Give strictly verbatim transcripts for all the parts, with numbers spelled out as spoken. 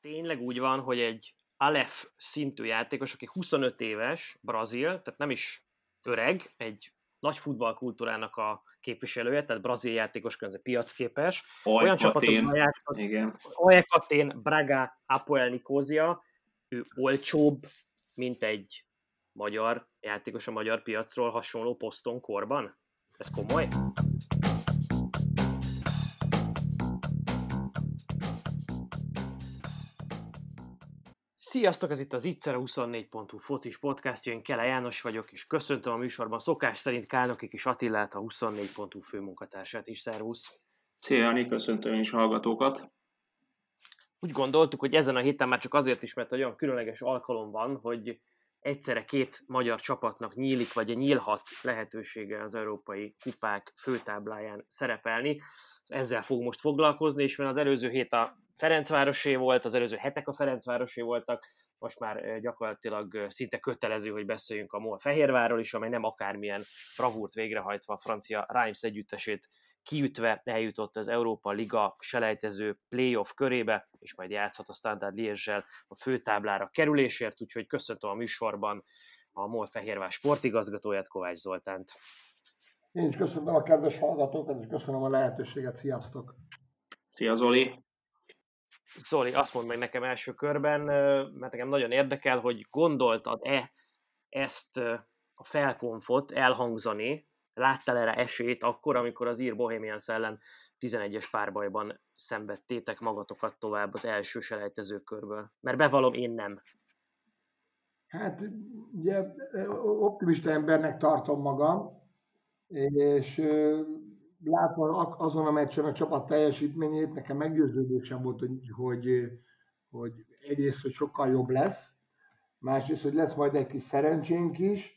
tényleg úgy van, hogy egy Aleph szintű játékos, aki huszonöt éves, brazil, tehát nem is öreg, egy nagy futballkultúrának a képviselője, tehát brazil játékos közben piacképes. Olyan csapatokban játszott, Aek Athén, Braga, Apoel Nicosia, ő olcsóbb, mint egy magyar játékos a magyar piacról hasonló poszton korban? Ez komoly? Sziasztok, ez itt az Ittszer, a huszonnégy pont hu focis podcastja, én Kele János vagyok, és köszöntöm a műsorban szokás szerint Kálnoki Kis Attilát, a huszonnégy pont hu főmunkatársát is. Szervusz! Szia Jani, köszöntöm is a hallgatókat! Úgy gondoltuk, hogy ezen a héten már csak azért is, mert egy olyan különleges alkalom van, hogy egyszerre két magyar csapatnak nyílik, vagy nyílhat lehetősége az európai kupák főtábláján szerepelni. Ezzel fog most foglalkozni, és mert az előző hét a Ferencvárosé volt, az előző hetek a Ferencvárosé voltak, most már gyakorlatilag szinte kötelező, hogy beszéljünk a MOL Fehérvárról is, amely nem akármilyen bravúrt végrehajtva a francia Reims együttesét kiütve eljutott az Európa Liga selejtező playoff körébe, és majd játszhat a Standard Liège-zsel a főtáblára kerülésért, úgyhogy köszöntöm a műsorban a MOL Fehérvár sportigazgatóját, Kovács Zoltánt. Én is köszönöm a kedves hallgatókat, és köszönöm a lehetőséget, sziasztok! Szia Zoli! Zoli, azt mondd meg nekem első körben, mert nekem nagyon érdekel, hogy gondoltad-e ezt a felkonfot elhangzani, láttál erre esélyt akkor, amikor az ír Bohemians ellen tizenegyes párbajban szenvedtétek magatokat tovább az első selejtező körből? Mert bevallom, én nem. Hát ugye optimista embernek tartom magam, és látva azon a meccsen a csapat teljesítményét, nekem meggyőződésem volt, hogy, hogy, hogy egyrészt, hogy sokkal jobb lesz, másrészt, hogy lesz majd egy kis szerencsénk is,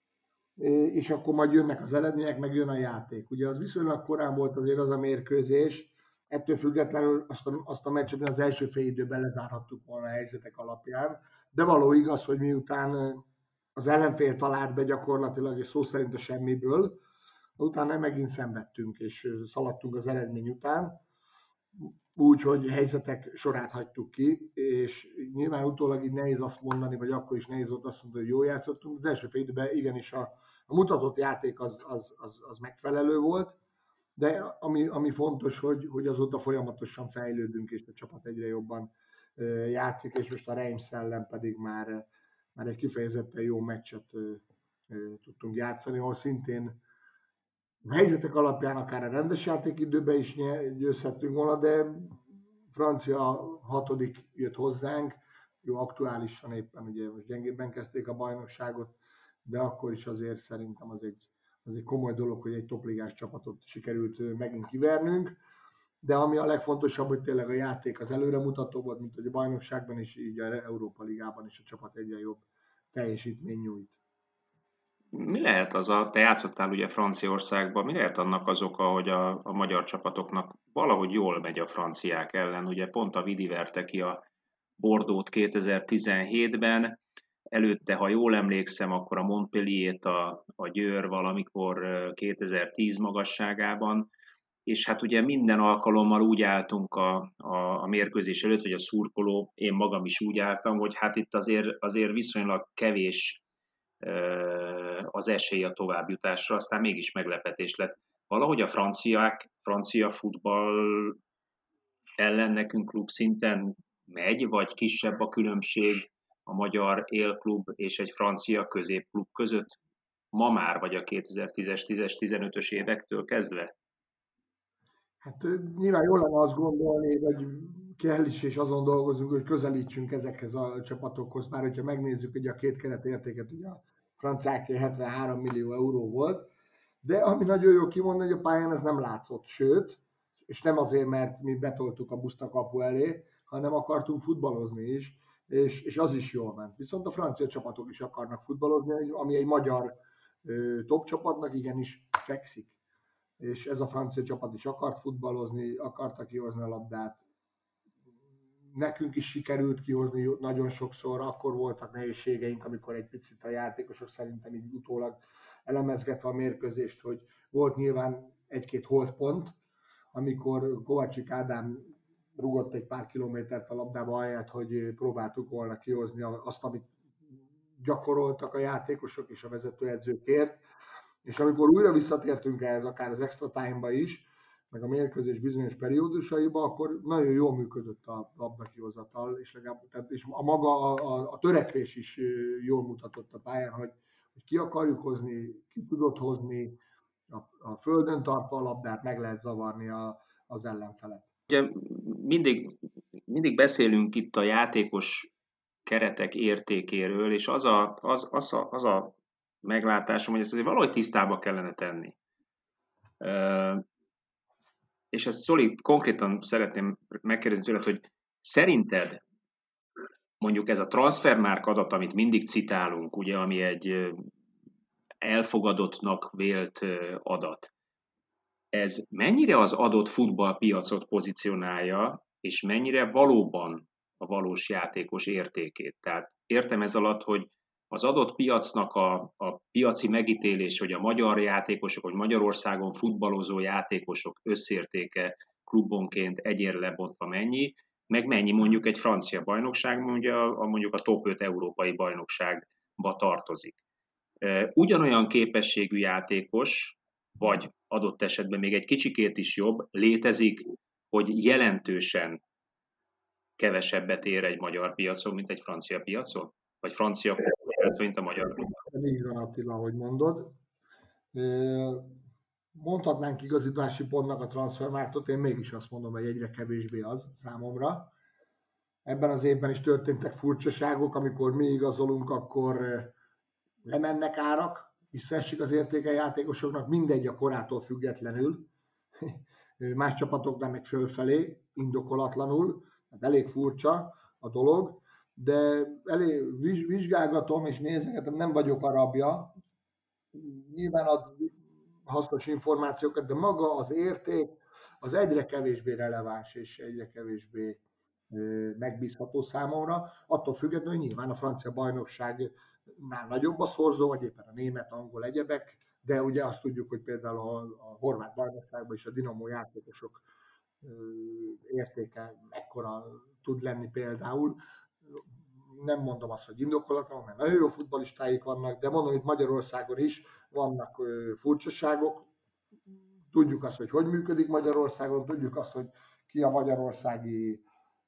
és akkor majd jönnek az eredmények, meg jön a játék. Ugye az viszonylag korán volt azért az a mérkőzés, ettől függetlenül azt a, azt a meccset az első fél időben lezárhattuk volna a helyzetek alapján, de való igaz, hogy miután az ellenfél talált be gyakorlatilag, és szó szerint a semmiből, utána megint szenvedtünk, és szaladtunk az eredmény után, úgyhogy helyzetek sorát hagytuk ki, és nyilván utólag így nehéz azt mondani, vagy akkor is nehéz volt azt mondani, hogy jól játszottunk. Az első fél időben igenis a, a mutatott játék az, az, az, az megfelelő volt, de ami, ami fontos, hogy, hogy azóta folyamatosan fejlődünk, és a csapat egyre jobban játszik, és most a Reims ellen pedig már, már egy kifejezetten jó meccset tudtunk játszani, ahol szintén a helyzetek alapján akár a rendes játékidőben is győzhettünk volna, de francia hatodik jött hozzánk, jó, aktuálisan éppen ugye most gyengébben kezdték a bajnokságot, de akkor is azért szerintem az egy, az egy komoly dolog, hogy egy topligás csapatot sikerült megint kivernünk, de ami a legfontosabb, hogy tényleg a játék az előremutató volt, mint hogy a bajnokságban is, így a Európa Ligában is a csapat egyre jobb teljesítmény nyújt. Mi lehet az a, te játszottál ugye Franciaországban, mi lehet annak az oka, hogy a, a magyar csapatoknak valahogy jól megy a franciák ellen? Ugye pont a Vidi verte ki a Bordeaux-t kétezer-tizenhétben, előtte, ha jól emlékszem, akkor a Montpellier-t a, a Győr valamikor kétezer-tíz magasságában, és hát ugye minden alkalommal úgy álltunk a, a, a mérkőzés előtt, vagy a szurkoló, én magam is úgy álltam, hogy hát itt azért, azért viszonylag kevés az esély a továbbjutásra, aztán mégis meglepetés lett. Valahogy a franciák, francia futball ellen nekünk klub szinten megy, vagy kisebb a különbség a magyar élklub és egy francia középklub között ma már, vagy a kétezer-tízes, tízes, tizenötös évektől kezdve? Hát nyilván jól lenne azt gondolni, vagy kell is, és azon dolgozunk, hogy közelítsünk ezekhez a csapatokhoz, bár hogyha megnézzük ugye a két keret értéket, ugye a franciáké hetvenhárom millió euró volt, de ami nagyon jó kimondani, hogy a pályán ez nem látszott, sőt, és nem azért, mert mi betoltuk a buszt a kapu elé, hanem akartunk futballozni is, és, és az is jól ment. Viszont a francia csapatok is akarnak futballozni, ami egy magyar ö, top csapatnak igenis fekszik. És ez a francia csapat is akart futballozni, akartak kihozni a labdát. Nekünk is sikerült kihozni nagyon sokszor, akkor voltak nehézségeink, amikor egy picit a játékosok szerintem így utólag elemezgetve a mérkőzést, hogy volt nyilván egy-két holdpont, amikor Kovácsik Ádám rugott egy pár kilométert a labdába, ahelyett, hogy próbáltuk volna kihozni azt, amit gyakoroltak a játékosok és a vezetőedzőkért. És amikor újra visszatértünk ehhez, akár az extra time-ba is, meg a mérkőzés bizonyos periódusaiba, akkor nagyon jól működött a labdakihozatal, és, legalább, tehát, és a maga a, a, a törekvés is jól mutatott a pályán, hogy, hogy ki akarjuk hozni, ki tudott hozni, a, a földön tartva a labdát meg lehet zavarni a, az ellenfelet. Ugye mindig, mindig beszélünk itt a játékos keretek értékéről, és az a, az, az a, az a meglátásom, hogy ezt azért valahogy tisztába kellene tenni. És ezt Zoli, konkrétan szeretném megkérdezni tőled, hogy szerinted mondjuk ez a transfermárk adat, amit mindig citálunk, ugye, ami egy elfogadottnak vélt adat, ez mennyire az adott futballpiacot pozícionálja, és mennyire valóban a valós játékos értékét? Tehát értem ez alatt, hogy az adott piacnak a, a piaci megítélés, hogy a magyar játékosok, vagy Magyarországon futballozó játékosok összértéke klubonként egyérre lebontva mennyi, meg mennyi mondjuk egy francia bajnokság, mondjuk a, mondjuk a top öt európai bajnokságba tartozik. Ugyanolyan képességű játékos, vagy adott esetben még egy kicsikét is jobb, létezik, hogy jelentősen kevesebbet ér egy magyar piacon, mint egy francia piacon? Vagy francia piacon, mint a magyar piacon? Így van, Attila, ahogy mondod. Mondhatnánk igazítási pontnak a transfermártot, én mégis azt mondom, hogy egyre kevésbé az számomra. Ebben az évben is történtek furcsaságok, amikor mi igazolunk, akkor lemennek árak, visszaesik az értéke játékosoknak, mindegy a korától függetlenül, más csapatoknál meg fölfelé, indokolatlanul, hát elég furcsa a dolog, de elég vizsgálgatom és nézegetem, nem vagyok a rabja, nyilván ad hasznos információkat, de maga az érték az egyre kevésbé releváns és egyre kevésbé megbízható számomra, attól függetlenül, hogy nyilván a francia bajnokságnál nagyobb a szorzó, vagy éppen a német, angol egyebek, de ugye azt tudjuk, hogy például a, a horvát bajnokságban is a Dinamo játékosok értéke mekkora tud lenni például. Nem mondom azt, hogy indokolatlan, mert nagyon jó futballistáik vannak, de mondom, itt Magyarországon is vannak furcsaságok. Tudjuk azt, hogy hogy működik Magyarországon, tudjuk azt, hogy ki a magyarországi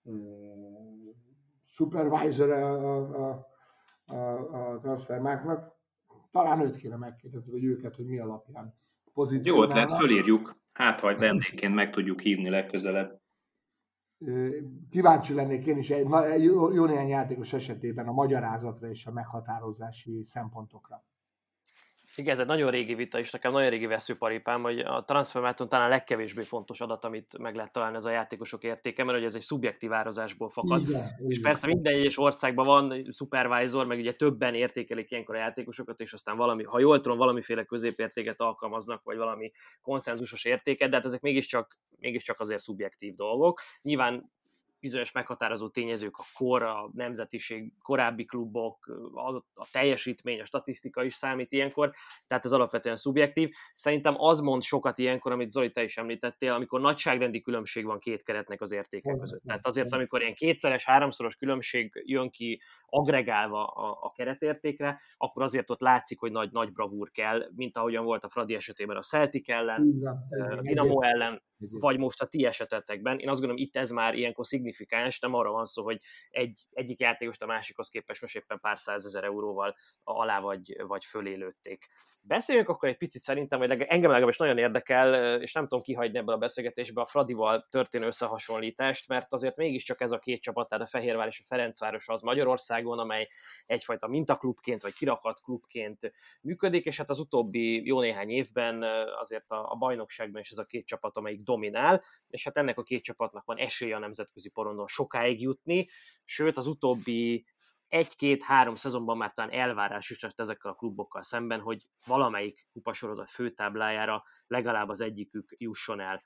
supervisor a, a, a, a transfermárknak. Talán őt kéne megkérdezni, hogy őket, hogy mi alapján pozícionálnak. Jó ötlet, fölírjuk. Hát, ha vendégként meg tudjuk hívni legközelebb. Kíváncsi lennék én is egy, egy jó néhány játékos esetében a magyarázatra és a meghatározási szempontokra. Igen, ez egy nagyon régi vita, és nekem nagyon régi veszőparipám, hogy a transfermárton talán a legkevésbé fontos adat, amit meg lehet találni, ez a játékosok értéke, mert hogy ez egy szubjektív árazásból fakad. Igen, és igen. Persze minden egyes országban van supervisor, meg ugye többen értékelik ilyenkor a játékosokat, és aztán valami, ha jól tudom, valamiféle középértéket alkalmaznak, vagy valami konszenzusos értéket, de hát ezek mégiscsak, mégiscsak azért szubjektív dolgok. Nyilván bizonyos meghatározó tényezők, a kor, a nemzetiség, korábbi klubok, a teljesítmény, a statisztika is számít ilyenkor, tehát ez alapvetően szubjektív. Szerintem az mond sokat ilyenkor, amit Zoli, te is említettél, amikor nagyságrendi különbség van két keretnek az értéke között. Tehát azért, amikor ilyen kétszeres, háromszoros különbség jön ki agregálva a, a keretértékre, akkor azért ott látszik, hogy nagy, nagy bravúr kell, mint ahogyan volt a Fradi esetében a Celtic ellen, a Dinamo ellen, vagy most a ti esetetekben. Én azt gondolom, itt ez már ilyenkor szignifikáns, nem arra van szó, hogy egy, egyik játékost a másikhoz képest most éppen pár százezer euróval alá vagy, vagy fölé lőtték. Beszéljünk akkor egy picit szerintem, hogy engem legalábbis nagyon érdekel, és nem tudom kihagyni ebből a beszélgetésbe a Fradival történő összehasonlítást, mert azért mégiscsak ez a két csapat, tehát a Fehérvár és a Ferencváros az Magyarországon, amely egyfajta mintaklubként vagy kirakat klubként működik, és hát az utóbbi jó néhány évben azért a, a bajnokságban is ez a két csapat, amelyik dominál, és hát ennek a két csapatnak van esélye a nemzetközi porondon sokáig jutni, sőt az utóbbi egy-két-három szezonban már talán elvárás is lett ezekkel a klubokkal szemben, hogy valamelyik kupasorozat főtáblájára legalább az egyikük jusson el.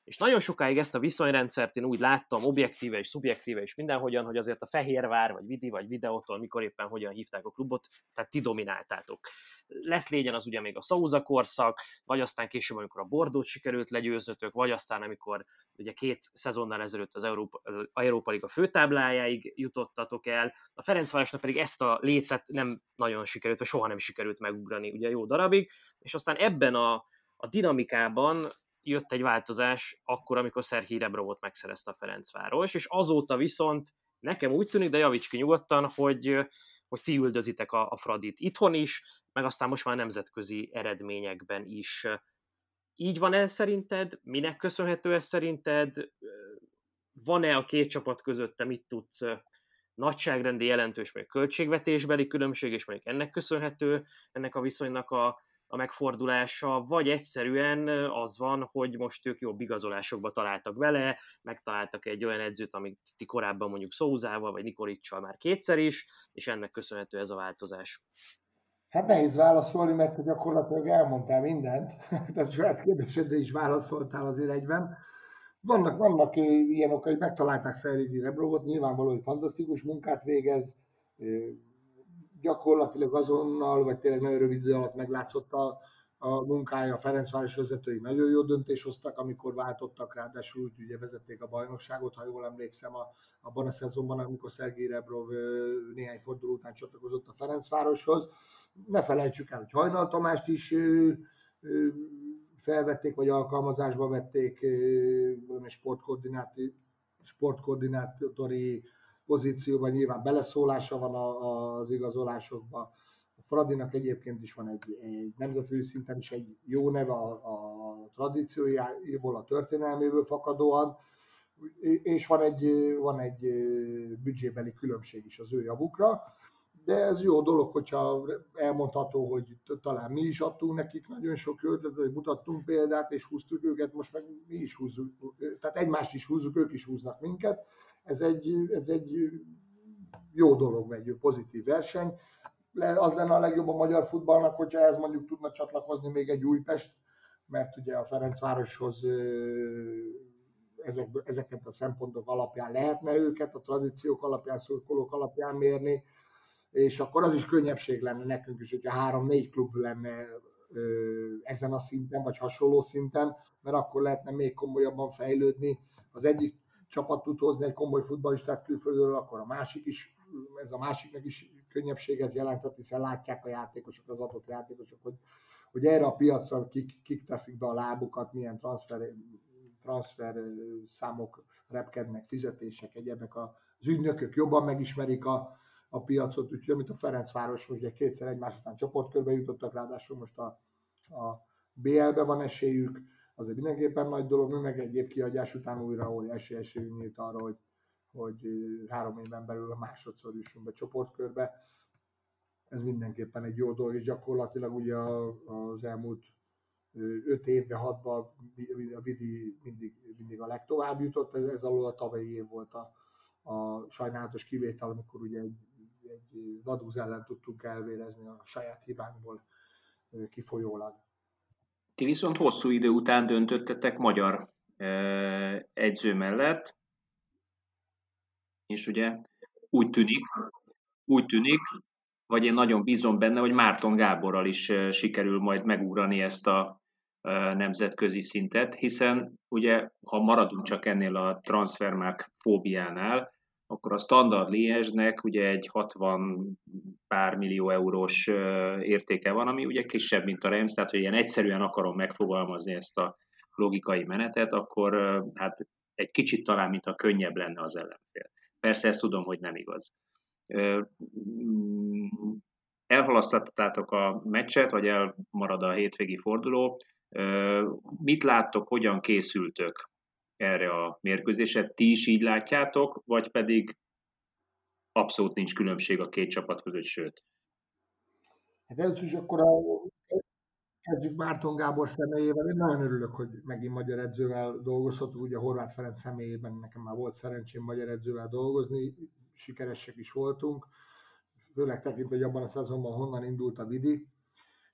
És nagyon sokáig ezt a viszonyrendszert én úgy láttam, objektíve és szubjektíve és mindenhogyan, hogy azért a Fehérvár, vagy Vidi, vagy Videótól, mikor éppen hogyan hívták a klubot, tehát ti domináltátok. Lett légyen az ugye még a Sousa korszak, vagy aztán később, amikor a Bordót sikerült legyőznötök, vagy aztán, amikor ugye két szezonnal ezelőtt az Európa, Európa Liga főtáblájáig jutottatok el. A Ferencvárosnak pedig ezt a lécet nem nagyon sikerült, vagy soha nem sikerült megugrani ugye jó darabig, és aztán ebben a, a dinamikában jött egy változás akkor, amikor Szerhij Rebrovot megszerezte a Ferencváros, és azóta viszont nekem úgy tűnik, de javíts ki nyugodtan, hogy, hogy ti üldözitek a, a Fradit itthon is, meg aztán most már nemzetközi eredményekben is. Így van ez szerinted? Minek köszönhető ez szerinted? Van-e a két csapat között, te mit tudsz, nagyságrendi jelentős mondjuk költségvetésbeli különbség, és mondjuk ennek köszönhető ennek a viszonynak a, a megfordulása, vagy egyszerűen az van, hogy most ők jobb igazolásokba találtak vele, megtaláltak egy olyan edzőt, amit ti korábban mondjuk Sousával vagy Nikolicsal már kétszer is, és ennek köszönhető ez a változás. Hát nehéz válaszolni, mert gyakorlatilag elmondtál mindent, tehát saját kérdésedre is válaszoltál azért egyben. Vannak, vannak ilyen okai, hogy megtalálták Szerhij Rebrovot, nyilvánvaló, hogy fantasztikus munkát végez, gyakorlatilag azonnal, vagy tényleg nagyon rövid idő alatt meglátszott a, a munkája, a Ferencváros vezetői nagyon jó döntést hoztak, amikor váltottak, ráadásul úgy ugye vezették a bajnokságot, ha jól emlékszem, a, abban a szezonban, amikor Szerhij Rebrov néhány forduló után csatlakozott a Ferencvároshoz. Ne felejtsük el, hogy Hajnal Tamást is ö, ö, felvették, vagy alkalmazásba vették sportkoordinátori, sportkoordinátori pozícióban, nyilván beleszólása van az igazolásokban. A Fradinak egyébként is van egy, egy nemzetközi szinten is egy jó neve a, a tradíciójából, a történelméből fakadóan, és van egy, van egy büdzsébeli különbség is az ő javukra. De ez jó dolog, hogyha elmondható, hogy talán mi is adtunk nekik nagyon sok ötletet, mutattunk példát, és húztuk őket, most meg mi is húzzuk, tehát egymást is húzzuk, ők is húznak minket. Ez egy, ez egy jó dolog, egy pozitív verseny. Az lenne a legjobb a magyar futballnak, hogyha ez mondjuk tudna csatlakozni még egy Újpest, mert ugye a Ferencvároshoz ezek, ezeket a szempontok alapján lehetne őket, a tradíciók alapján, szurkolók alapján mérni, és akkor az is könnyebbség lenne nekünk is, hogyha három-négy klub lenne ezen a szinten, vagy hasonló szinten, mert akkor lehetne még komolyabban fejlődni. Az egyik csapat tud hozni egy komoly futballistát külföldről, akkor a másik is, ez a másiknak is könnyebbséget jelentett, hiszen látják a játékosok, az adott játékosok, hogy, hogy erre a piacra kik, kik teszik be a lábukat, milyen transfer, transfer számok repkednek, fizetések, egyebek. Az ügynökök jobban megismerik a a piacot, úgyhogy mint a Ferencváros most ugye kétszer egymás után csoportkörbe jutottak, ráadásul most a, a bé el-be van esélyük, azért mindenképpen nagy dolog, mi meg egy év kiadás után újra óriási esélyünk nyílt arra, hogy, hogy három évben belül a másodszor jussunk be csoportkörbe. Ez mindenképpen egy jó dolog, és gyakorlatilag ugye az elmúlt öt évben, hatban a Vidi mindig, mindig a legtovább jutott, ez, ez alól a tavalyi év volt a, a sajnálatos kivétel, amikor ugye egy egy Vaduz ellen tudtunk elvérezni a saját hibánkból kifolyólag. Ti viszont hosszú idő után döntöttetek magyar edző mellett, és ugye úgy tűnik, úgy tűnik, vagy én nagyon bízom benne, hogy Márton Gáborral is sikerül majd megugrani ezt a nemzetközi szintet, hiszen ugye, ha maradunk csak ennél a transfermarkt fóbiánál, akkor a Standard Liège-nek ugye egy hatvan pár millió eurós értéke van, ami ugye kisebb, mint a Reims, tehát hogy ilyen egyszerűen akarom megfogalmazni ezt a logikai menetet, akkor hát egy kicsit talán, mintha könnyebb lenne az ellenfél. Persze ezt tudom, hogy nem igaz. Elhalasztottátok a meccset, vagy elmarad a hétvégi forduló. Mit láttok, hogyan készültök erre a mérkőzésre? Ti is így látjátok, vagy pedig abszolút nincs különbség a két csapat között, sőt? Hát először is akkor a, kezdjük Márton Gábor személyével. Én nagyon örülök, hogy megint magyar edzővel dolgozhatunk. Ugye Horváth Ferenc személyében nekem már volt szerencsém magyar edzővel dolgozni, sikeresek is voltunk, főleg tekintve, hogy abban a szezonban honnan indult a Vidi.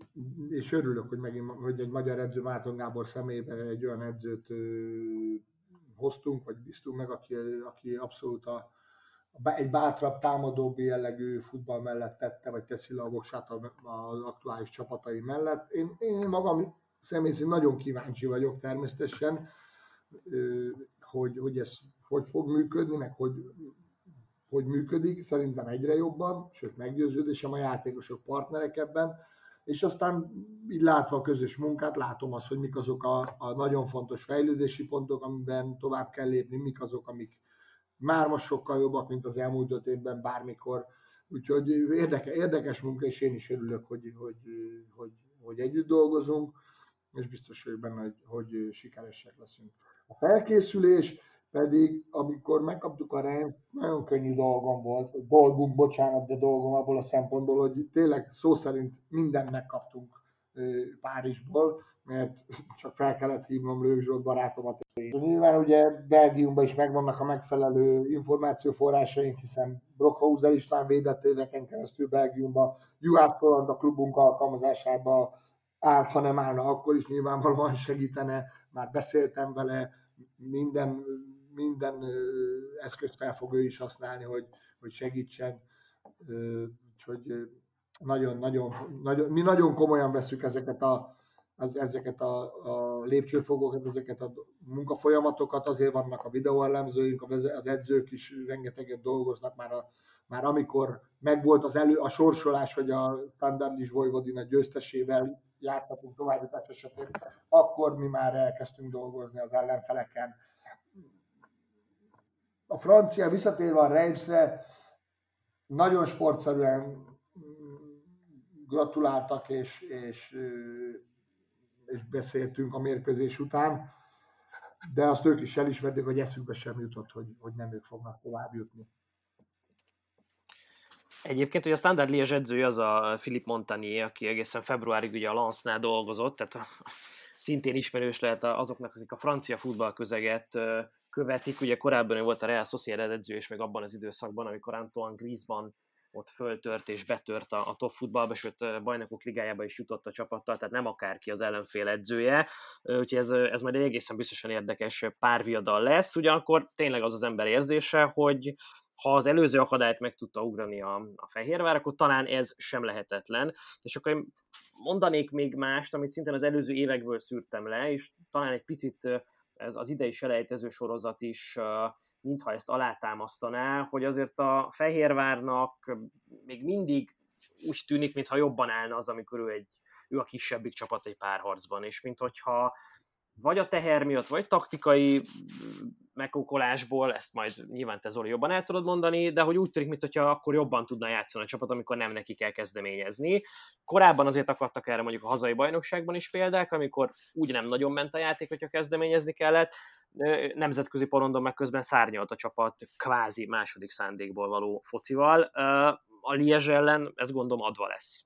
és örülök, hogy megint hogy egy magyar edző Márton Gábor személyében egy olyan edzőt hoztunk, vagy bíztunk meg, aki, aki abszolút a, egy bátrabb, támadóbb jellegű futball mellett tette, vagy teszi le a voksát az aktuális csapatai mellett. Én, én magam személy szerint nagyon kíváncsi vagyok természetesen, hogy, hogy ez hogy fog működni, meg hogy, hogy működik. Szerintem egyre jobban, sőt meggyőződésem, a játékosok partnerek ebben, és aztán így látva a közös munkát, látom azt, hogy mik azok a, a nagyon fontos fejlődési pontok, amiben tovább kell lépni, mik azok, amik már most sokkal jobbak, mint az elmúlt öt évben bármikor. Úgyhogy érdekes, érdekes munka, és én is örülök, hogy, hogy, hogy, hogy együtt dolgozunk, és biztos vagyok benne, hogy, hogy sikeresek leszünk. A felkészülés pedig, amikor megkaptuk a Reims, nagyon könnyű dolgom volt, dolgunk, bocsánat, de dolgom abból a szempontból, hogy tényleg szó szerint mindent megkaptunk Párizsból, mert csak fel kellett hívnom Lőv Zsolt barátomat. Nyilván ugye Belgiumban is megvannak a megfelelő információforrásaink, hiszen Brockhauser István védett éveken keresztül Belgiumban, Juhász Roland a klubunk alkalmazásába áll, ha nem állna, akkor is nyilvánvalóan segítene, már beszéltem vele, minden, minden eszközt fel fog ő is használni, hogy, hogy segítsen. Úgyhogy nagyon, nagyon, nagyon, mi nagyon komolyan veszük ezeket a, az, ezeket a, a lépcsőfokokat, ezeket a munkafolyamatokat, azért vannak a videóelemzőink, az edzők is rengeteget dolgoznak már, a, már amikor megvolt az elő, a sorsolás, hogy a Standardis Vojvodina győztesével jártatunk továbbítás esetén, akkor mi már elkezdtünk dolgozni az ellenfeleken. A francia, visszatérve a Reimsre, nagyon sportszerűen gratuláltak, és, és, és beszéltünk a mérkőzés után, de azt ők is elismerték, hogy eszükbe sem jutott, hogy, hogy nem ők fognak tovább jutni. Egyébként ugye a Standard Liège edzője az a Philippe Montagnier, aki egészen februárig ugye a Lens-nál dolgozott, tehát a, szintén ismerős lehet azoknak, akik a francia futballközeget követik. Ugye korábban ő volt a Real Sociedad edző, és még abban az időszakban, amikor Antoine Griezmann ott föltört és betört a, a top futballba, sőt Bajnokok Ligájába is jutott a csapattal, tehát nem akárki az ellenfél edzője, úgyhogy ez, ez majd egy egészen biztosan érdekes párviadal lesz. Ugyanakkor tényleg az az ember érzése, hogy ha az előző akadályt meg tudta ugrani a, a Fehérvár, akkor talán ez sem lehetetlen. És akkor én mondanék még mást, amit szintén az előző évekből szűrtem le, és talán egy picit ez az idei selejtező sorozat is mintha ezt alátámasztaná, hogy azért a Fehérvárnak még mindig úgy tűnik, mintha jobban állna az, amikor ő, egy, ő a kisebbik csapat egy párharcban, és minthogyha vagy a teher miatt, vagy taktikai megkókolásból, ezt majd nyilván te Zoli jobban el tudod mondani, de hogy úgy tűnik, mintha akkor jobban tudna játszani a csapat, amikor nem neki kell kezdeményezni. Korábban azért akadtak erre mondjuk a hazai bajnokságban is példák, amikor úgy nem nagyon ment a játék, hogyha kezdeményezni kellett, nemzetközi porondon meg közben szárnyalt a csapat kvázi második szándékból való focival. A Liège ellen ez gondolom adva lesz.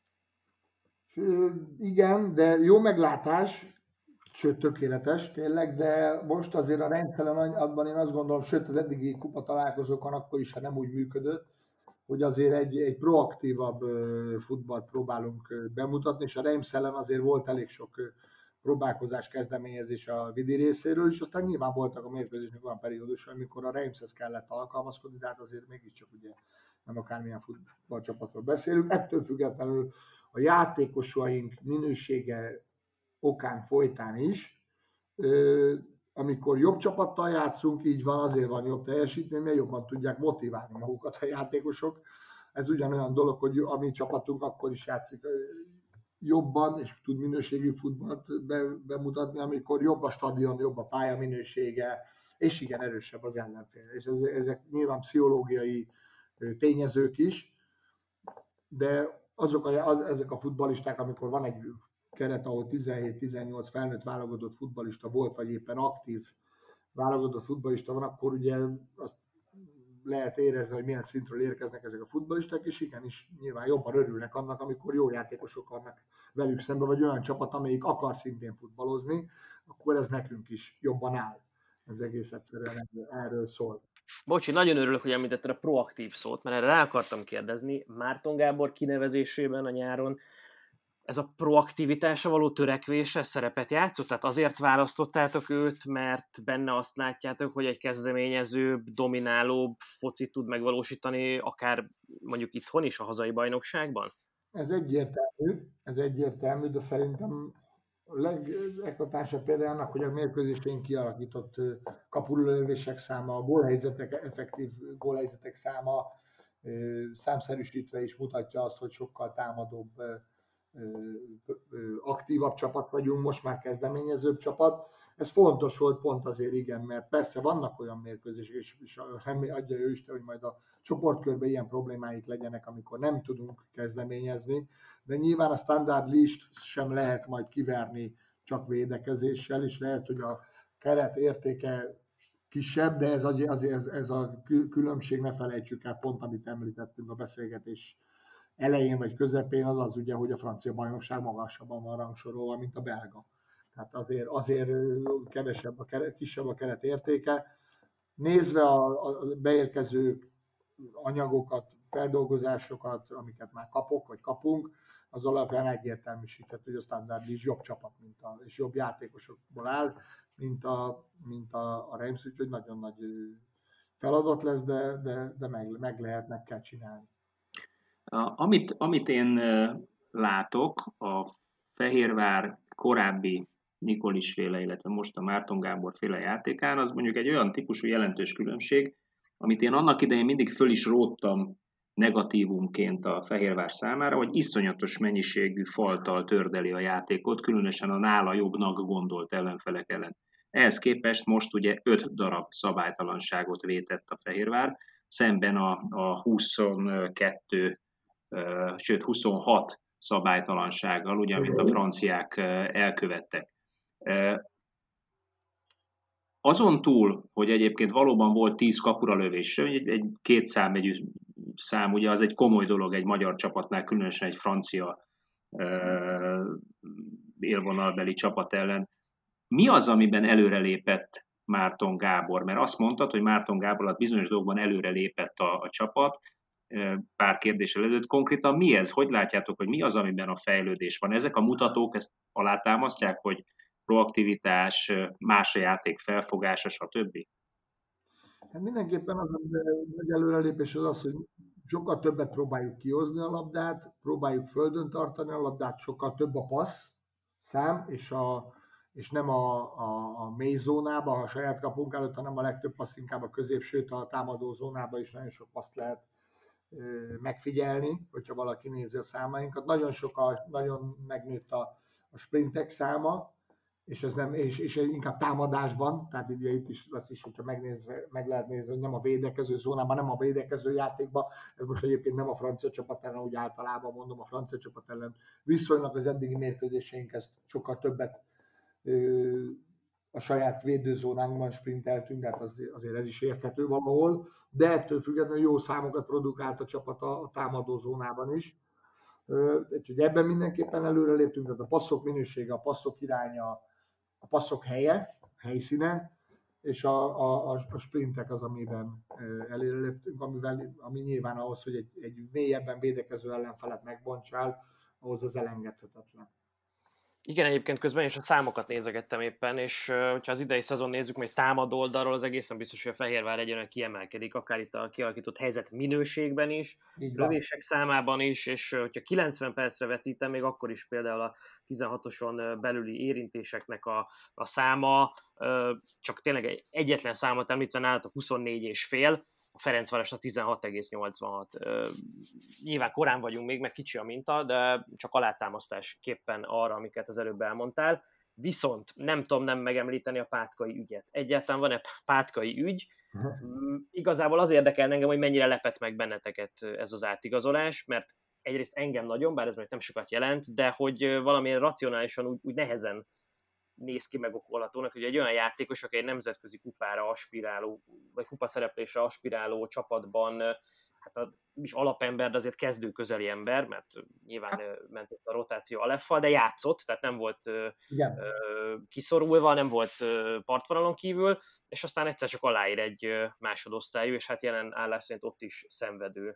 Igen, de jó meglátás, sőt tökéletes tényleg, de most azért a rendszeren abban én azt gondolom, sőt az eddigi kupa találkozókon akkor is, ha nem úgy működött, hogy azért egy, egy proaktívabb futballt próbálunk bemutatni, és a Reims ellen azért volt elég sok próbálkozás, kezdeményezés a Vidi részéről, és aztán nyilván voltak a mérkőzésnek olyan periódus, amikor a Reimshez kellett alkalmazkodni, de hát azért mégiscsak ugye nem akármilyen futballcsapatról beszélünk. Ettől függetlenül a játékosaink minősége okán folytán is, amikor jobb csapattal játszunk, így van, azért van jobb teljesítmény, mert jobban tudják motiválni magukat a játékosok. Ez ugyanolyan dolog, hogy a mi csapatunk akkor is játszik jobban, és tud minőségi futballt be, bemutatni, amikor jobb a stadion, jobb a pálya minősége, és igen, erősebb az ellenfél. És ez, ezek nyilván pszichológiai tényezők is, de azok a, az, ezek a futballisták, amikor van egy keret, ahol tizenhét-tizennyolc felnőtt válogatott futballista volt, vagy éppen aktív válogatott futballista van, akkor ugye azt lehet érezni, hogy milyen szintről érkeznek ezek a futballisták, és igenis nyilván jobban örülnek annak, amikor jó játékosok vannak velük szemben, vagy olyan csapat, amelyik akar szintén futballozni, akkor ez nekünk is jobban áll. Ez egész egyszerűen erről szól. Bocsi, nagyon örülök, hogy említetted a proaktív szót, mert erre rá akartam kérdezni. Márton Gábor kinevezésében a nyáron ez a proaktivitásra való törekvése szerepet játszott? Tehát azért választottátok őt, mert benne azt látjátok, hogy egy kezdeményezőbb, dominálóbb focit tud megvalósítani, akár mondjuk itthon is, a hazai bajnokságban? Ez egyértelmű, ez egyértelmű, de szerintem a legeklatánsabb például annak, hogy a mérkőzésén kialakított kapulölövések száma, a gólhelyzetek, effektív gólhelyzetek száma számszerűsítve is mutatja azt, hogy sokkal támadóbb, aktívabb csapat vagyunk, most már kezdeményezőbb csapat. Ez fontos volt pont azért, igen, mert persze vannak olyan mérkőzések, és, és adja ő Isten, hogy majd a csoportkörben ilyen problémáik legyenek, amikor nem tudunk kezdeményezni, de nyilván a standard list sem lehet majd kiverni csak védekezéssel, és lehet, hogy a keret értéke kisebb, de ez a, az, ez, ez a különbség, ne felejtsük el, pont amit említettünk a beszélgetés elején vagy közepén, az az ugye, hogy a francia bajnokság magasabban van rangsorolva, mint a belga. Tehát azért, azért kevesebb a keret, kisebb a keret értéke. Nézve a, a beérkező anyagokat, feldolgozásokat, amiket már kapok, vagy kapunk, az alapján egyértelműsíthető, hogy a Standard is jobb csapat, mint a, és jobb játékosokból áll, mint a, mint a, a Reims, úgyhogy nagyon nagy feladat lesz, de, de, de meg, meg lehet, meg kell csinálni. Amit, amit én látok a Fehérvár korábbi Nikolis féle, illetve most a Márton Gábor féle játékán, az mondjuk egy olyan típusú jelentős különbség, amit én annak idején mindig föl is róttam negatívumként a Fehérvár számára, hogy iszonyatos mennyiségű falttal tördeli a játékot, különösen a nála jobbnak gondolt ellenfelek ellen. Ehhez képest most ugye öt darab szabálytalanságot vétett a Fehérvár, szemben a, a huszonkettő, sőt huszonhat szabálytalansággal, ugye, amit a franciák elkövettek. Azon túl, hogy egyébként valóban volt tíz kapuralövés, egy, egy két számjegyű szám, ugye az egy komoly dolog egy magyar csapatnál, különösen egy francia uh, élvonalbeli csapat ellen. Mi az, amiben előrelépett Márton Gábor? Mert azt mondtad, hogy Márton Gábor alatt bizonyos dolgokban előrelépett a, a csapat, pár kérdéssel előtt. Konkrétan mi ez? Hogy látjátok, hogy mi az, amiben a fejlődés van? Ezek a mutatók ezt alátámasztják, hogy proaktivitás, más a játék felfogása, stb.? Hát mindenképpen az a nagy előrelépés az az, hogy sokkal többet próbáljuk kihozni a labdát, próbáljuk földön tartani a labdát, sokkal több a passz szám, és, a, és nem a, a, a mély zónába, a saját kapunk előtt, hanem a legtöbb passz inkább a közép, sőt a támadó zónába is nagyon sok paszt lehet megfigyelni, hogyha valaki nézi a számainkat. Nagyon sokkal, nagyon megnőtt a, a sprintek száma, és ez nem, és, és inkább támadásban, tehát ugye itt is, azt is, hogyha megnéz, meg lehet nézni, hogy nem a védekező zónában, nem a védekező játékban, ez most egyébként nem a francia csapat ellen, úgy általában mondom, a francia csapat ellen viszonylag az eddigi mérkőzéseink ezt sokkal többet ö, a saját védőzónánkban sprinteltünk, tehát azért ez is érthető valahol, de ettől függetlenül jó számokat produkált a csapat a, a támadó zónában is. Úgyhogy ebben mindenképpen előre léptünk, tehát a passzok minősége, a passzok iránya, a passzok helye, helyszíne, és a, a, a sprintek az, amiben előre léptünk, amivel, ami nyilván ahhoz, hogy egy, egy mélyebben védekező ellenfelet megbontsál, ahhoz az elengedhetetlen. Igen, egyébként közben is a számokat nézegettem éppen, és hogyha az idei szezon nézzük, hogy támadó oldalról, az egészen biztos, hogy a Fehérvár egyenlően kiemelkedik, akár itt a kialakított helyzet minőségben is, lövések számában is, és hogyha kilencven percre vetítem, még akkor is például a tizenhatoson belüli érintéseknek a, a száma, csak tényleg egy egyetlen számot említve nálatok huszonnégy és fél, a Ferencvárosnak tizenhat egész nyolcvanhat. Nyilván korán vagyunk még, meg kicsi a minta, de csak alátámasztásképpen arra, amiket az előbb elmondtál. Viszont nem tudom nem megemlíteni a pátkai ügyet. Egyáltalán van-e pátkai ügy? Uh-huh. Igazából az érdekel engem, hogy mennyire lepett meg benneteket ez az átigazolás, mert egyrészt engem nagyon, bár ez még nem sokat jelent, de hogy valamilyen racionálisan úgy, úgy nehezen néz ki megokolhatónak, hogy egy olyan játékos, aki egy nemzetközi kupára aspiráló, vagy kupa szereplésre aspiráló csapatban, hát a, is alapember, de azért kezdő közeli ember, mert nyilván ment ott a rotáció Aleppal, de játszott, tehát nem volt Igen. kiszorulva, nem volt partvonalon kívül, és aztán egyszer csak aláír egy másodosztályú, és hát jelen állás szerint ott is szenvedő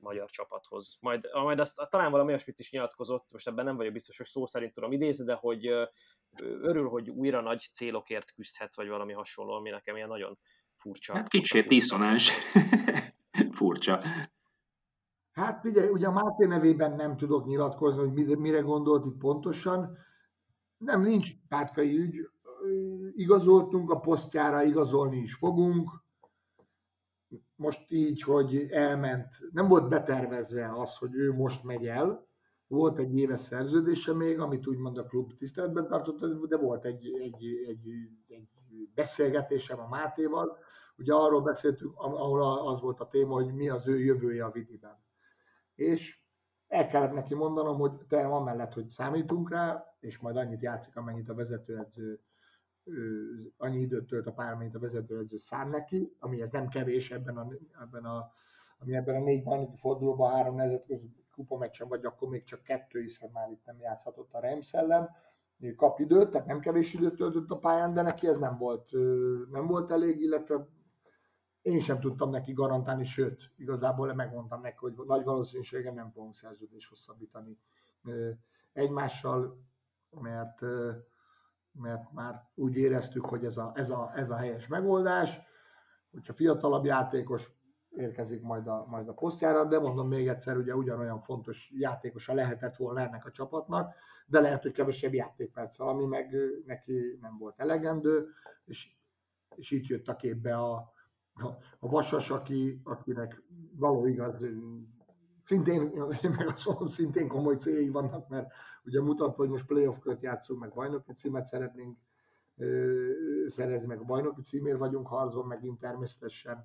magyar csapathoz. Majd, majd azt talán valami olyasmit is nyilatkozott, most ebben nem vagyok biztos, hogy szó szerint tudom idézni, de hogy örül, hogy újra nagy célokért küzdhet, vagy valami hasonló, ami nekem ilyen nagyon furcsa. Hát kicsit diszonáns. Furcsa. Hát figyelj, ugye a Máté nevében nem tudok nyilatkozni, hogy mire, mire gondolt itt pontosan. Nem, nincs pátkai ügy. Igazoltunk a posztjára, igazolni is fogunk. Most így, hogy elment, nem volt betervezve az, hogy ő most megy el. Volt egy éves szerződése még, amit úgymond a klub tiszteletben tartott, de volt egy, egy, egy, egy beszélgetésem a Mátéval. Ugye arról beszéltünk, ahol az volt a téma, hogy mi az ő jövője a Vidiben. És el kellett neki mondanom, hogy te amellett, hogy számítunk rá, és majd annyit játszik, amennyit a vezetőedző, annyi időt tölt a pályán, amennyit a vezetőedző szán neki, ami ez nem kevés ebben a, ebben a, ami ebben a négy bajnoki fordulóban három nemzetközi kupameccsen, vagy akkor még csak kettő, hiszen már itt nem játszhatott a Reims ellen, kap időt, tehát nem kevés időt töltött a pályán, de neki ez nem volt, nem volt elég, illetve én sem tudtam neki garantálni, sőt, igazából megmondtam neki, hogy nagy valószínűséggel nem fogunk szerződést hosszabbítani egymással, mert, mert már úgy éreztük, hogy ez a, ez, a, ez a helyes megoldás, hogyha fiatalabb játékos érkezik majd a, majd a posztjára, de mondom még egyszer, ugye ugyanolyan fontos játékosa lehetett volna ennek a csapatnak, de lehet, hogy kevesebb játékperccel, ami meg neki nem volt elegendő, és, és itt jött a képbe a a Vasas, aki, akinek való igaz, szintén, én meg azt mondom, szintén komoly céljai vannak, mert ugye mutatva, hogy most playoff köt játszunk, meg bajnoki címet szeretnénk ö, szerezni, meg a bajnoki címért vagyunk harcban, megint természetesen.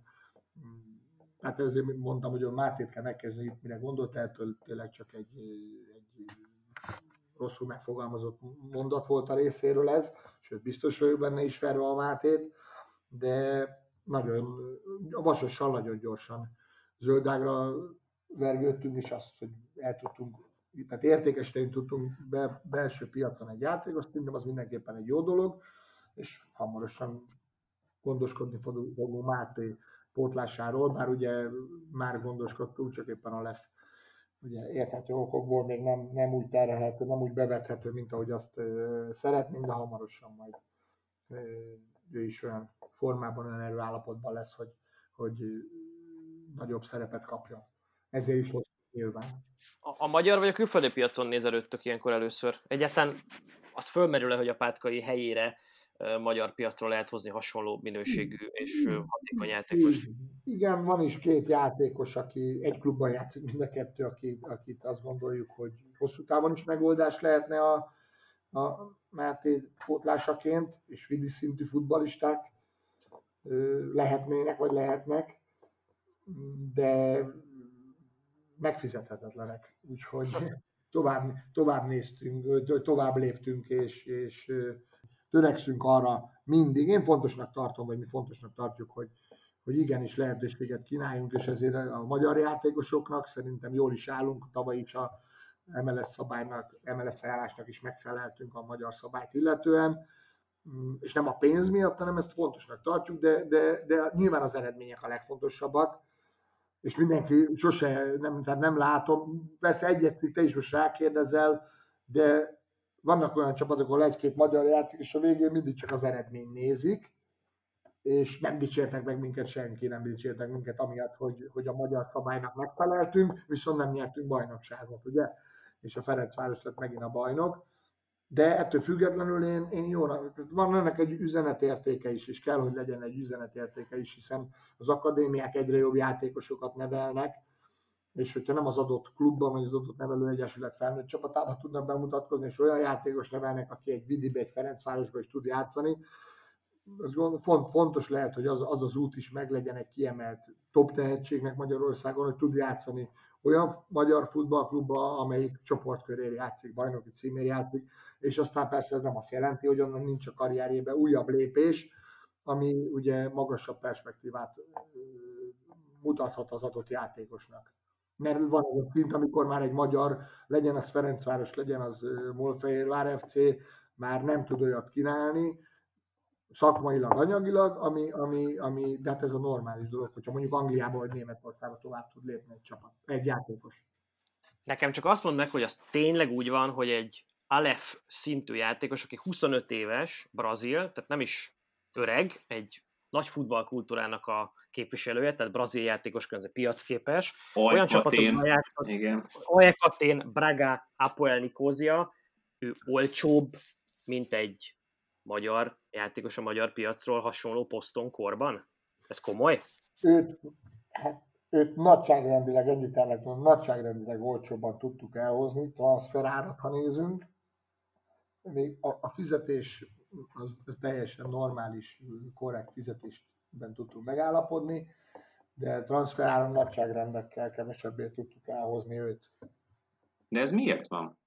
Hát ezért mondtam, hogy a Mátét kell megkezdeni itt, mire gondolt, ettől tényleg csak egy, egy rosszul megfogalmazott mondat volt a részéről ez, sőt biztos vagyok benne is verve a Mátét, de nagyon, a Vasossal nagyon gyorsan zöldágra vergődtünk, és azt, hogy el tudtunk, tehát értékesíteni tudtunk be, belső piacon egy játékos, szerintem az mindenképpen egy jó dolog, és hamarosan gondoskodni fogunk Máté pótlásáról, bár ugye már gondoskodtunk, csak éppen a Lef ugye érthető okokból még nem, nem úgy terhelhető, nem úgy bevethető, mint ahogy azt uh, szeretnénk, de hamarosan majd uh, ő is olyan formában, olyan erőállapotban lesz, hogy, hogy nagyobb szerepet kapjon. Ezért is hosszú nyilván. A, a magyar vagy a külföldi piacon nézelődtök ilyenkor először? Egyáltalán az fölmerül-e, hogy a Pátkai helyére uh, magyar piacról lehet hozni hasonló minőségű és uh, hatékony játékos? Igen, van is két játékos, aki egy klubban játszik, mind a kettő, akit, akit azt gondoljuk, hogy hosszú távon is megoldás lehetne a, a Máté pótlásaként, és vidi szintű futballisták lehetnének, vagy lehetnek, de megfizethetetlenek. Úgyhogy tovább, tovább néztünk, tovább léptünk, és, és törekszünk arra mindig. Én fontosnak tartom, vagy mi fontosnak tartjuk, hogy, hogy igenis lehetőséget kínáljunk, és ezért a magyar játékosoknak szerintem jól is állunk. Tavaly is a em el es szabálynak, em el es ajánlásnak is megfeleltünk a magyar szabályt illetően, és nem a pénz miatt, hanem ezt fontosnak tartjuk, de, de, de nyilván az eredmények a legfontosabbak, és mindenki sose, nem, tehát nem látom, persze egyet te is most rákérdezel, de vannak olyan csapatok, ahol egy-két magyar játszik, és a végén mindig csak az eredmény nézik, és nem dicsértek meg minket senki, nem dicsértek minket amiatt, hogy, hogy a magyar szabálynak megfeleltünk, viszont nem nyertünk bajnokságot, ugye? És a Ferencváros lett megint a bajnok. De ettől függetlenül én, én jó, van ennek egy üzenetértéke is, és kell, hogy legyen egy üzenetértéke is, hiszen az akadémiák egyre jobb játékosokat nevelnek, és hogyha nem az adott klubban, vagy az adott nevelőegyesület felnőtt csapatában tudnak bemutatkozni, és olyan játékos nevelnek, aki egy Vidibe, egy Ferencvárosba is tud játszani, az fontos lehet, hogy az, az az út is meglegyen egy kiemelt top tehetségnek Magyarországon, hogy tud játszani olyan magyar futballklubba, amelyik csoportkörért játszik, bajnoki címért játszik, és aztán persze ez nem azt jelenti, hogy onnan nincs a karrierjében újabb lépés, ami ugye magasabb perspektívát mutathat az adott játékosnak. Mert van az a szint, amikor már egy magyar, legyen az Ferencváros, legyen az Molfehérvár ef cé, már nem tud olyat kínálni, szakmailag, anyagilag, ami, ami, ami, de hát ez a normális dolog, hogyha mondjuk Angliába vagy Németországba tovább tud lépni egy csapat, egy játékos. Nekem csak azt mondd meg, hogy az tényleg úgy van, hogy egy Aleph szintű játékos, aki huszonöt éves, brazil, tehát nem is öreg, egy nagy futballkultúrának a képviselője, tehát brazil játékos közben piacképes. Olyan csapatokban játszott, Ajax Atén, Braga, Apoel Nicosia, ő olcsóbb, mint egy magyar játékos a magyar piacról hasonló poszton korban? Ez komoly? Őt, hát, őt nagyságrendileg, ennyit el lehet mondani, nagyságrendileg olcsóbban tudtuk elhozni, transferárat, ha nézünk. Még a, a fizetés az, az teljesen normális, korrekt fizetésben tudtunk megállapodni, de transferáron nagyságrendekkel kevesebbé tudtuk elhozni őt. De ez miért van?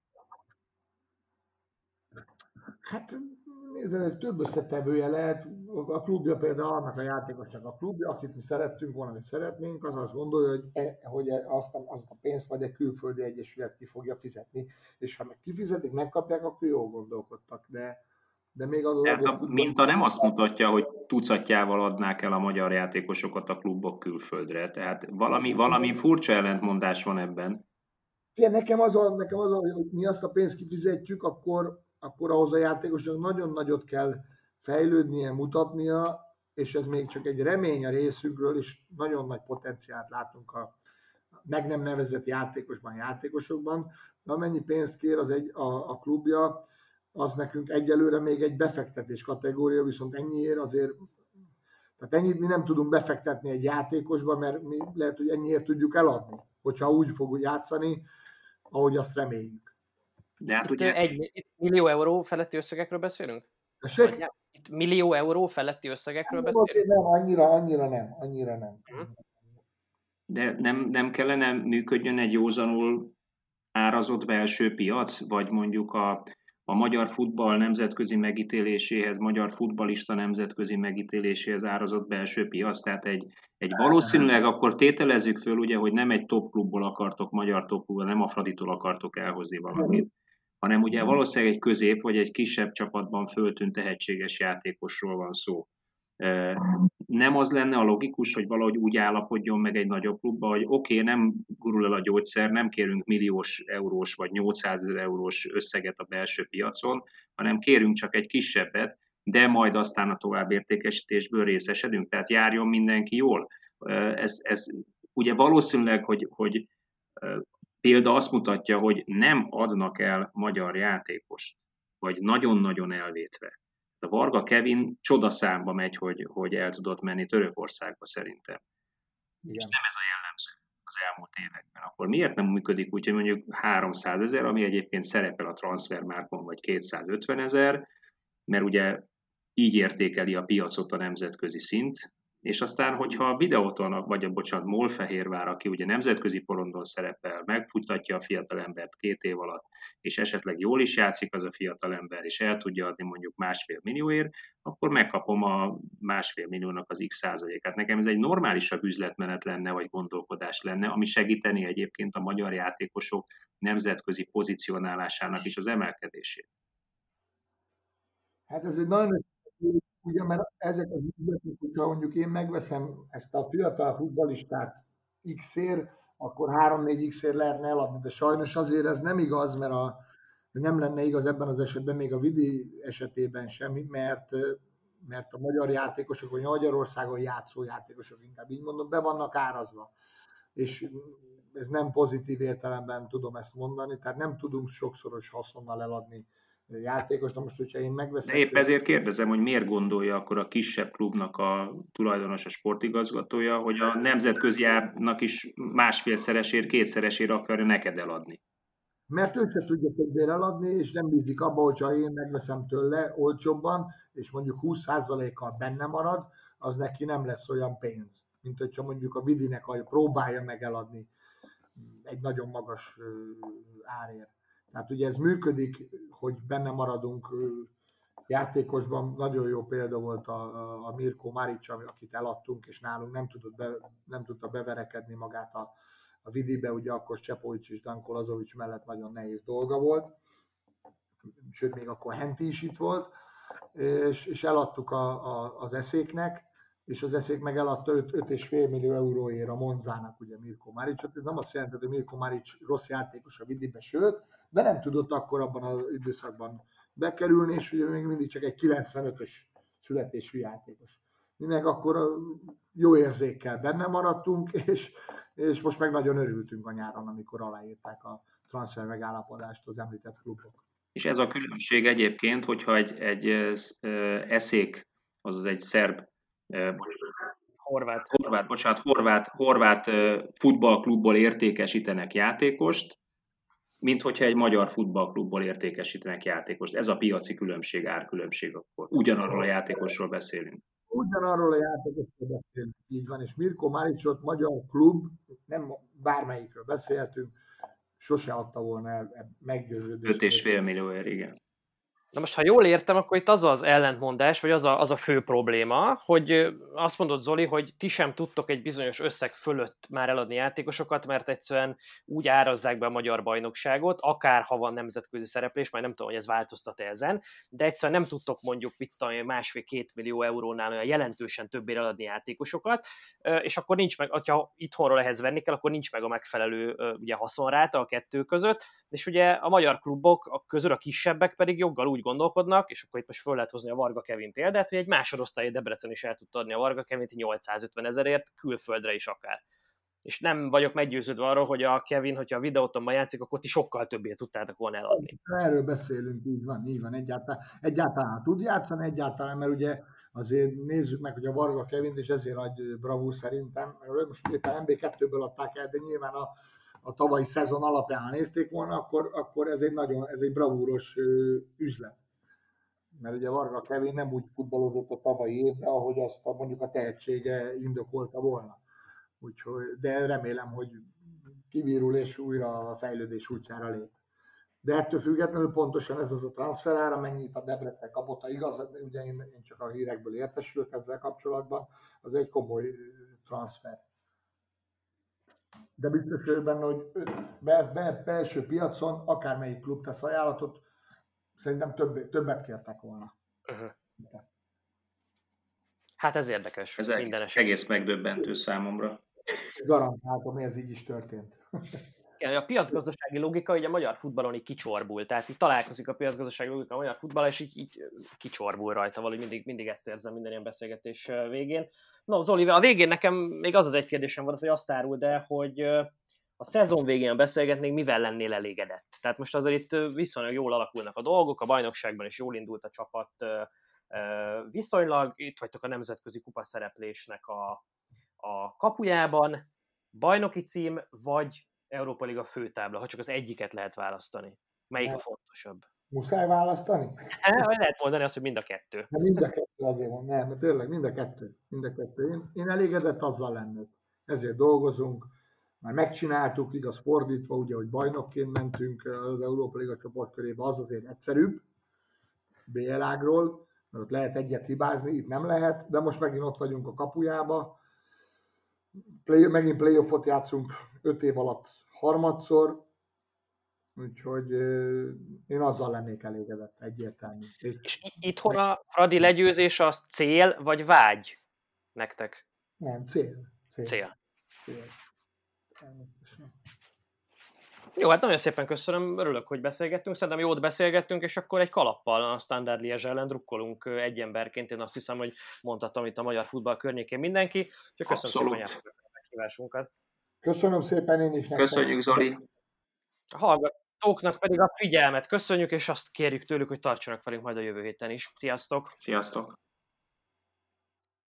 Hát nézd, több összetevője lehet. A klubja például annak a játékosnak a klubja, akit mi szerettünk volna, hogy szeretnénk, az azt gondolja, hogy, e, hogy azt, a, azt a pénzt majd egy külföldi egyesület ki fogja fizetni, és ha meg kifizetik, megkapják, akkor jól gondolkodtak, de, de még az... Tehát a minta nem azt mutatja, hogy tucatjával adnák el a magyar játékosokat a klubok külföldre, tehát valami, valami furcsa ellentmondás van ebben. Nekem az, a, nekem az a, hogy mi azt a pénzt kifizetjük, akkor akkor ahhoz a játékosnak nagyon nagyot kell fejlődnie, mutatnia, és ez még csak egy remény a részünkről, és nagyon nagy potenciált látunk a meg nem nevezett játékosban, játékosokban, de amennyi pénzt kér az egy, a, a klubja, az nekünk egyelőre még egy befektetés kategória, viszont ennyiért azért, tehát ennyit mi nem tudunk befektetni egy játékosba, mert mi lehet, hogy ennyiért tudjuk eladni, hogyha úgy fog játszani, ahogy azt reméljük. De hát itt ugye... egy itt millió euró feletti összegekről beszélünk? Esek? Itt millió euró feletti összegekről beszélünk? Nem, annyira, annyira nem, annyira nem. De nem, nem kellene működjön egy józanul árazott belső piac, vagy mondjuk a, a magyar futball nemzetközi megítéléséhez, magyar futballista nemzetközi megítéléséhez árazott belső piac, tehát egy, egy valószínűleg akkor tételezzük föl, ugye, hogy nem egy top klubból akartok, magyar top klubból, nem a Fraditól akartok elhozni valamit, hanem ugye valószínűleg egy közép vagy egy kisebb csapatban föltűnt tehetséges játékosról van szó. Nem az lenne a logikus, hogy valahogy úgy állapodjon meg egy nagyobb klubba, hogy oké, okay, nem gurul el a gyógyszer, nem kérünk milliós eurós vagy nyolcszázezer eurós összeget a belső piacon, hanem kérünk csak egy kisebbet, de majd aztán a továbbértékesítésből részesedünk, tehát járjon mindenki jól. Ez, ez ugye valószínűleg, hogy, hogy példa azt mutatja, hogy nem adnak el magyar játékost, vagy nagyon-nagyon elvétve. A Varga Kevin csodaszámba megy, hogy, hogy el tudott menni Törökországba szerintem. Igen. És nem ez a jellemző az elmúlt években. Akkor miért nem működik úgy, hogy mondjuk háromszázezer, ami egyébként szerepel a transfermárkon, vagy kétszázötvenezer, mert ugye így értékeli a piacot a nemzetközi szint, és aztán, hogyha a Videóton, vagy a bocsánat, Molfehérvár, aki ugye nemzetközi porondon szerepel, megfutatja a fiatalembert két év alatt, és esetleg jól is játszik az a fiatalember, és el tudja adni mondjuk másfél millióért, akkor megkapom a másfél milliónak az x százalékát. Nekem ez egy normálisabb üzletmenet lenne, vagy gondolkodás lenne, ami segíteni egyébként a magyar játékosok nemzetközi pozicionálásának is az emelkedését. Hát ez egy nagyon ugye, mert ezek az üzletek, hogyha mondjuk én megveszem ezt a fiatal futballistát X-ért, akkor három-négy X-ért lehetne eladni, de sajnos azért ez nem igaz, mert a, nem lenne igaz ebben az esetben, még a Vidi esetében sem, mert, mert a magyar játékosok, vagy Magyarországon játszó játékosok, inkább így mondom, be vannak árazva. És ez nem pozitív értelemben tudom ezt mondani, tehát nem tudunk sokszoros haszonnal eladni játékos, de most, hogyha én megveszem... De épp ezért kérdezem, hogy miért gondolja akkor a kisebb klubnak a tulajdonos, a sportigazgatója, hogy a nemzetköziának is másfélszeresért, kétszeresért akarja neked eladni. Mert ő se tudja többére eladni, és nem bízik abba, hogyha én megveszem tőle olcsóbban, és mondjuk húsz százalékkal benne marad, az neki nem lesz olyan pénz, mint hogyha mondjuk a Vidinek próbálja meg eladni egy nagyon magas árért. Tehát ugye ez működik, hogy benne maradunk játékosban. Nagyon jó példa volt a, a Mirko Maric, akit eladtunk, és nálunk nem, tudott be, nem tudta beverekedni magát a, a Vidibe, ugye akkor Csepovics és Danko Lazovics mellett nagyon nehéz dolga volt, sőt még akkor Henti is itt volt, és, és eladtuk a, a, az eszéknek, és az eszék meg eladta öt egész öt millió euróért a Monzának, ugye Mirko Marićot. Ez nem azt jelenti, hogy Mirko Marić rossz játékos a Vidibe, sőt, de nem tudott akkor abban az időszakban bekerülni, és ugye még mindig csak egy kilencvenötös születésű játékos. Mi meg akkor jó érzékkel benne maradtunk, és, és most meg nagyon örültünk a nyáron, amikor aláírták a transfer megállapodást az említett klubok. És ez a különbség egyébként, hogyha egy, egy eszék, azaz egy szerb, horvát, horvát, bocsánat, horvát, horvát futballklubból értékesítenek játékost, mint hogyha egy magyar futballklubból értékesítenek játékost. Ez a piaci különbség, árkülönbség akkor. Ugyanarról a játékosról beszélünk. Ugyanarról a játékosról beszélünk, így van, és Mirko Marićot magyar klub, nem bármelyikről beszélhetünk, sose adta volna el meggyőződést. öt egész öt millióért, igen. Na most, ha jól értem, akkor itt az az ellentmondás, vagy az a, az a fő probléma, hogy azt mondod, Zoli, hogy ti sem tudtok egy bizonyos összeg fölött már eladni játékosokat, mert egyszerűen úgy árazzák be a magyar bajnokságot, akár ha van nemzetközi szereplés, majd nem tudom, hogy ez változtat-e ezen, de egyszerűen nem tudtok mondjuk másfél-két millió eurónál olyan jelentősen többére eladni játékosokat, és akkor nincs meg, ha itthonról ehhez venni kell, akkor nincs meg a megfelelő ugye, haszonráta a kettő között, és ugye a magyar klubok közül a kisebbek pedig joggal úgy gondolkodnak, és akkor itt most föl lehet hozni a Varga Kevin példát, hogy egy másodosztályi Debrecen is el tudta adni a Varga Kevint nyolcszázötven ezerért, külföldre is akár. És nem vagyok meggyőződve arról, hogy a Kevin, hogyha a videótonban játszik, akkor ti sokkal többét tudtátok volna eladni. Erről beszélünk, így van, így van, egyáltalán, egyáltalán tud játszani, egyáltalán, mert ugye azért nézzük meg, hogy a Varga Kevint, és ezért nagy bravúr szerintem, most éppen em bé kettőből adták el, de nyilván a a tavalyi szezon alapján nézték volna, akkor, akkor ez egy nagyon, ez egy bravúros üzlet. Mert ugye Varga Kevin nem úgy futballozott a tavalyi évben, ahogy azt a, mondjuk a tehetsége indokolta volna. Úgyhogy, de remélem, hogy kivirul és újra a fejlődés útjára lép. De ettől függetlenül pontosan ez az a transferár, amennyit a Debrecen kapott, a igaz, ugye én, én csak a hírekből értesülök ezzel kapcsolatban, az egy komoly transfer. De biztos vagyok benne, hogy be, be, belső piacon akármelyik klub tesz ajánlatot, szerintem több, többet kértek volna. Uh-huh. Hát ez érdekes. Ez minden egész, egész megdöbbentő számomra. Garantáltam, hogy ez így is történt. Igen, a piacgazdasági logika ugye a magyar futballon így kicsorbul, tehát így találkozik a piacgazdasági logika a magyar futball, és így, így kicsorbul rajta valahogy, mindig, mindig ezt érzem minden ilyen beszélgetés végén. No, Zoli, a végén nekem még az az egy kérdésem volt, hogy azt árul, de hogy a szezon végén beszélgetnénk, mivel lennél elégedett? Tehát most azért itt viszonylag jól alakulnak a dolgok, a bajnokságban is jól indult a csapat viszonylag, itt vagytok a nemzetközi kupaszereplésnek a, a kapujában, bajnoki cím, vagy Európa Liga főtábla, ha csak az egyiket lehet választani. Melyik a fontosabb? Muszáj választani? Lehet mondani azt, hogy mind a kettő. De mind a kettő azért van, nem, tényleg mind a kettő. Mind a kettő. Én, én elégedett azzal lennék. Ezért dolgozunk, már megcsináltuk, igaz fordítva, ugye, hogy bajnokként mentünk az Európa Liga csoportkörébe, az azért egyszerűbb, bé el ágról, mert ott lehet egyet hibázni, itt nem lehet, de most megint ott vagyunk a kapujába, Play, megint playoffot játszunk öt év alatt harmadszor, úgyhogy én azzal lennék elégedett, egyértelmű. És itthon a Fradi legyőzés az cél vagy vágy nektek? Nem, cél. Cél. Cél. cél. Jó, hát nagyon szépen köszönöm, örülök, hogy beszélgettünk, szerintem jót beszélgettünk, és akkor egy kalappal a Standard Liège ellen drukkolunk egy emberként, én azt hiszem, hogy mondhatom itt a magyar futball környékén mindenki, csak köszönöm szépen a meghívásunkat. Köszönöm szépen én is. Köszönjük, Zoli. A hallgatóknak pedig a figyelmet köszönjük, és azt kérjük tőlük, hogy tartsanak velünk majd a jövő héten is. Sziasztok! Sziasztok!